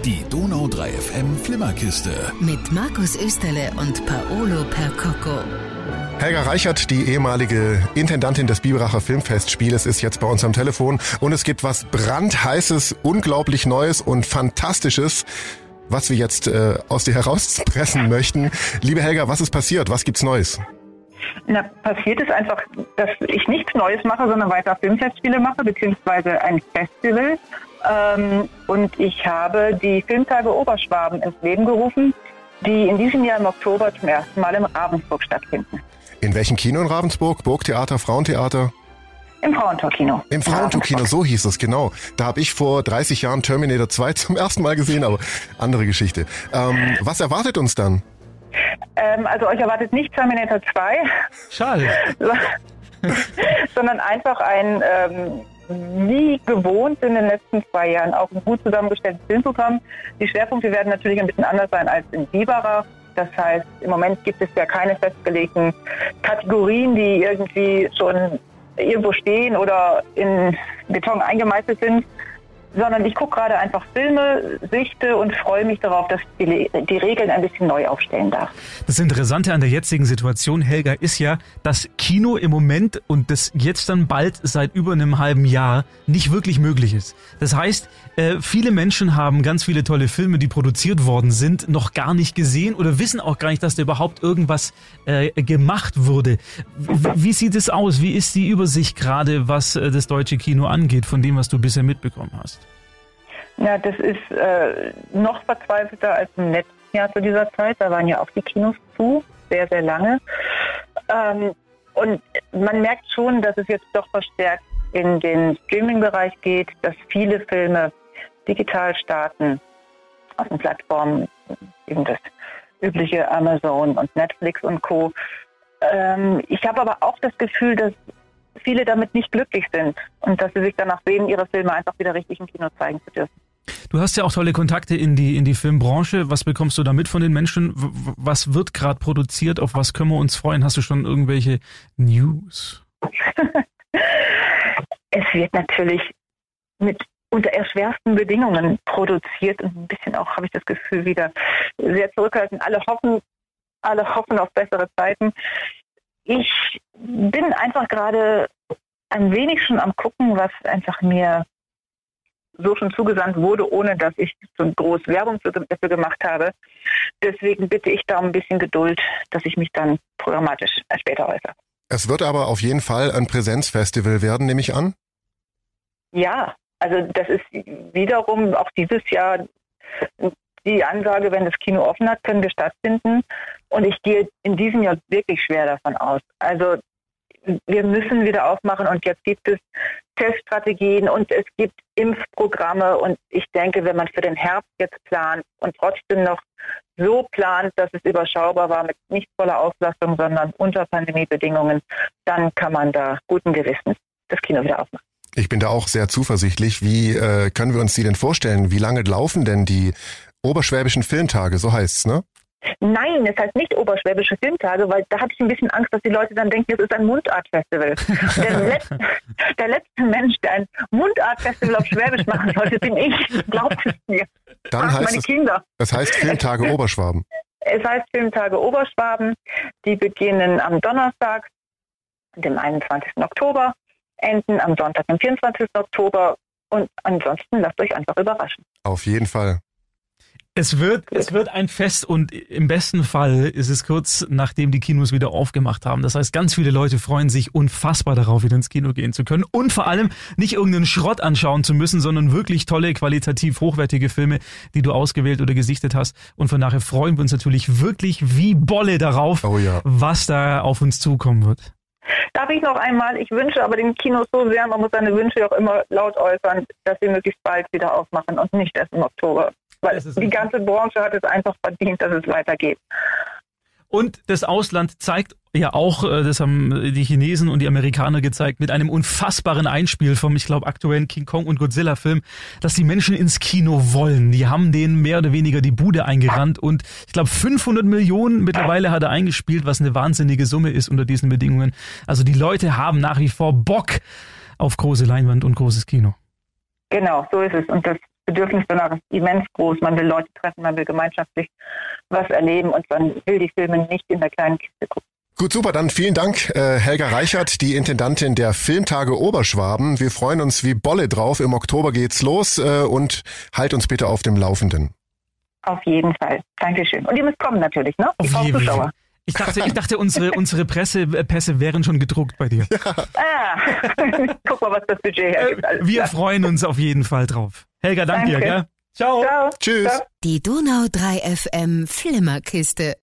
Die Donau 3 FM Flimmerkiste. Mit Markus Österle und Paolo Percocco. Helga Reichert, die ehemalige Intendantin des Biberacher Filmfestspieles, ist jetzt bei uns am Telefon. Und es gibt was brandheißes, unglaublich Neues und Fantastisches, was wir jetzt aus dir herauspressen möchten. Liebe Helga, was ist passiert? Was gibt's Neues? Na, passiert ist einfach, dass ich nichts Neues mache, sondern weiter Filmfestspiele mache, beziehungsweise ein Festival. Und ich habe die Filmtage Oberschwaben ins Leben gerufen, die in diesem Jahr im Oktober zum ersten Mal in Ravensburg stattfinden. In welchem Kino in Ravensburg? Burgtheater, Frauentheater? Im Frauentor-Kino. Im Frauentor-Kino, so hieß es, genau. Da habe ich vor 30 Jahren Terminator 2 zum ersten Mal gesehen, aber andere Geschichte. Was erwartet uns dann? Also euch erwartet nicht Terminator 2. Schade. Sondern einfach ein, wie gewohnt in den letzten 2 Jahren, auch ein gut zusammengestelltes Filmprogramm. Die Schwerpunkte werden natürlich ein bisschen anders sein als in Biberach. Das heißt, im Moment gibt es ja keine festgelegten Kategorien, die irgendwie schon irgendwo stehen oder in Beton eingemeißelt sind, sondern ich gucke gerade einfach Filme, sichte und freue mich darauf, dass ich die Regeln ein bisschen neu aufstellen darf. Das Interessante an der jetzigen Situation, Helga, ist ja, dass Kino im Moment und das jetzt dann bald seit über einem halben Jahr nicht wirklich möglich ist. Das heißt, viele Menschen haben ganz viele tolle Filme, die produziert worden sind, noch gar nicht gesehen oder wissen auch gar nicht, dass da überhaupt irgendwas gemacht wurde. Wie sieht es aus? Wie ist die Übersicht gerade, was das deutsche Kino angeht, von dem, was du bisher mitbekommen hast? Ja, das ist noch verzweifelter als im letzten Jahr zu dieser Zeit. Da waren ja auch die Kinos zu, sehr, sehr lange. Und man merkt schon, dass es jetzt doch verstärkt in den Streaming-Bereich geht, dass viele Filme digital starten auf den Plattformen, eben das übliche Amazon und Netflix und Co. Ich habe aber auch das Gefühl, dass viele damit nicht glücklich sind und dass sie sich danach sehen, ihre Filme einfach wieder richtig im Kino zeigen zu dürfen. Du hast ja auch tolle Kontakte in die Filmbranche. Was bekommst du da mit von den Menschen? Was wird gerade produziert? Auf was können wir uns freuen? Hast du schon irgendwelche News? Es wird natürlich unter erschwersten Bedingungen produziert und ein bisschen auch, habe ich das Gefühl, wieder sehr zurückhaltend. Alle hoffen auf bessere Zeiten. Ich bin einfach gerade ein wenig schon am Gucken, was einfach mir so schon zugesandt wurde, ohne dass ich so groß Werbung dafür gemacht habe. Deswegen bitte ich da um ein bisschen Geduld, dass ich mich dann programmatisch später äußere. Es wird aber auf jeden Fall ein Präsenzfestival werden, nehme ich an? Ja, also das ist wiederum auch dieses Jahr die Ansage, wenn das Kino offen hat, können wir stattfinden. Und ich gehe in diesem Jahr wirklich schwer davon aus. Also wir müssen wieder aufmachen und jetzt gibt es Teststrategien und es gibt Impfprogramme und ich denke, wenn man für den Herbst jetzt plant und trotzdem noch so plant, dass es überschaubar war mit nicht voller Auslastung, sondern unter Pandemiebedingungen, dann kann man da guten Gewissens das Kino wieder aufmachen. Ich bin da auch sehr zuversichtlich. Wie können wir uns die denn vorstellen? Wie lange laufen denn die Oberschwäbischen Filmtage? So heißt's, ne? Nein, es heißt nicht Oberschwäbische Filmtage, weil da habe ich ein bisschen Angst, dass die Leute dann denken, es ist ein Mundartfestival. Der letzte Mensch, der ein Mundartfestival auf Schwäbisch machen sollte, bin ich. Glaubt es mir. Dann heißt meine Kinder. Es heißt Filmtage Oberschwaben. Es heißt Filmtage Oberschwaben. Die beginnen am Donnerstag, dem 21. Oktober, enden am Sonntag, dem 24. Oktober. Und ansonsten lasst euch einfach überraschen. Auf jeden Fall. Es wird ein Fest und im besten Fall ist es kurz nachdem die Kinos wieder aufgemacht haben. Das heißt, ganz viele Leute freuen sich unfassbar darauf, wieder ins Kino gehen zu können und vor allem nicht irgendeinen Schrott anschauen zu müssen, sondern wirklich tolle, qualitativ hochwertige Filme, die du ausgewählt oder gesichtet hast. Und von daher freuen wir uns natürlich wirklich wie Bolle darauf, was da auf uns zukommen wird. Darf ich noch einmal, ich wünsche aber den Kinos so sehr, man muss seine Wünsche auch immer laut äußern, dass sie möglichst bald wieder aufmachen und nicht erst im Oktober. Weil die ganze Branche hat es einfach verdient, dass es weitergeht. Und das Ausland zeigt ja auch, das haben die Chinesen und die Amerikaner gezeigt, mit einem unfassbaren Einspiel vom, ich glaube, aktuellen King Kong und Godzilla Film, dass die Menschen ins Kino wollen. Die haben denen mehr oder weniger die Bude eingerannt und ich glaube 500 Millionen mittlerweile hat er eingespielt, was eine wahnsinnige Summe ist unter diesen Bedingungen. Also die Leute haben nach wie vor Bock auf große Leinwand und großes Kino. Genau, so ist es. Und das Bedürfnis danach ist immens groß. Man will Leute treffen, man will gemeinschaftlich was erleben und man will die Filme nicht in der kleinen Kiste gucken. Gut, super, dann vielen Dank, Helga Reichert, die Intendantin der Filmtage Oberschwaben. Wir freuen uns wie Bolle drauf. Im Oktober geht's los und halt uns bitte auf dem Laufenden. Auf jeden Fall. Dankeschön. Und ihr müsst kommen natürlich, ne? Die Auf jeden Zuschauer. Ich dachte, unsere Pressepässe wären schon gedruckt bei dir. Guck mal, was das Budget hergibt. Wir freuen uns auf jeden Fall drauf. Helga, danke dir, gell? Ciao. Tschüss. Die Donau 3 FM Flimmerkiste.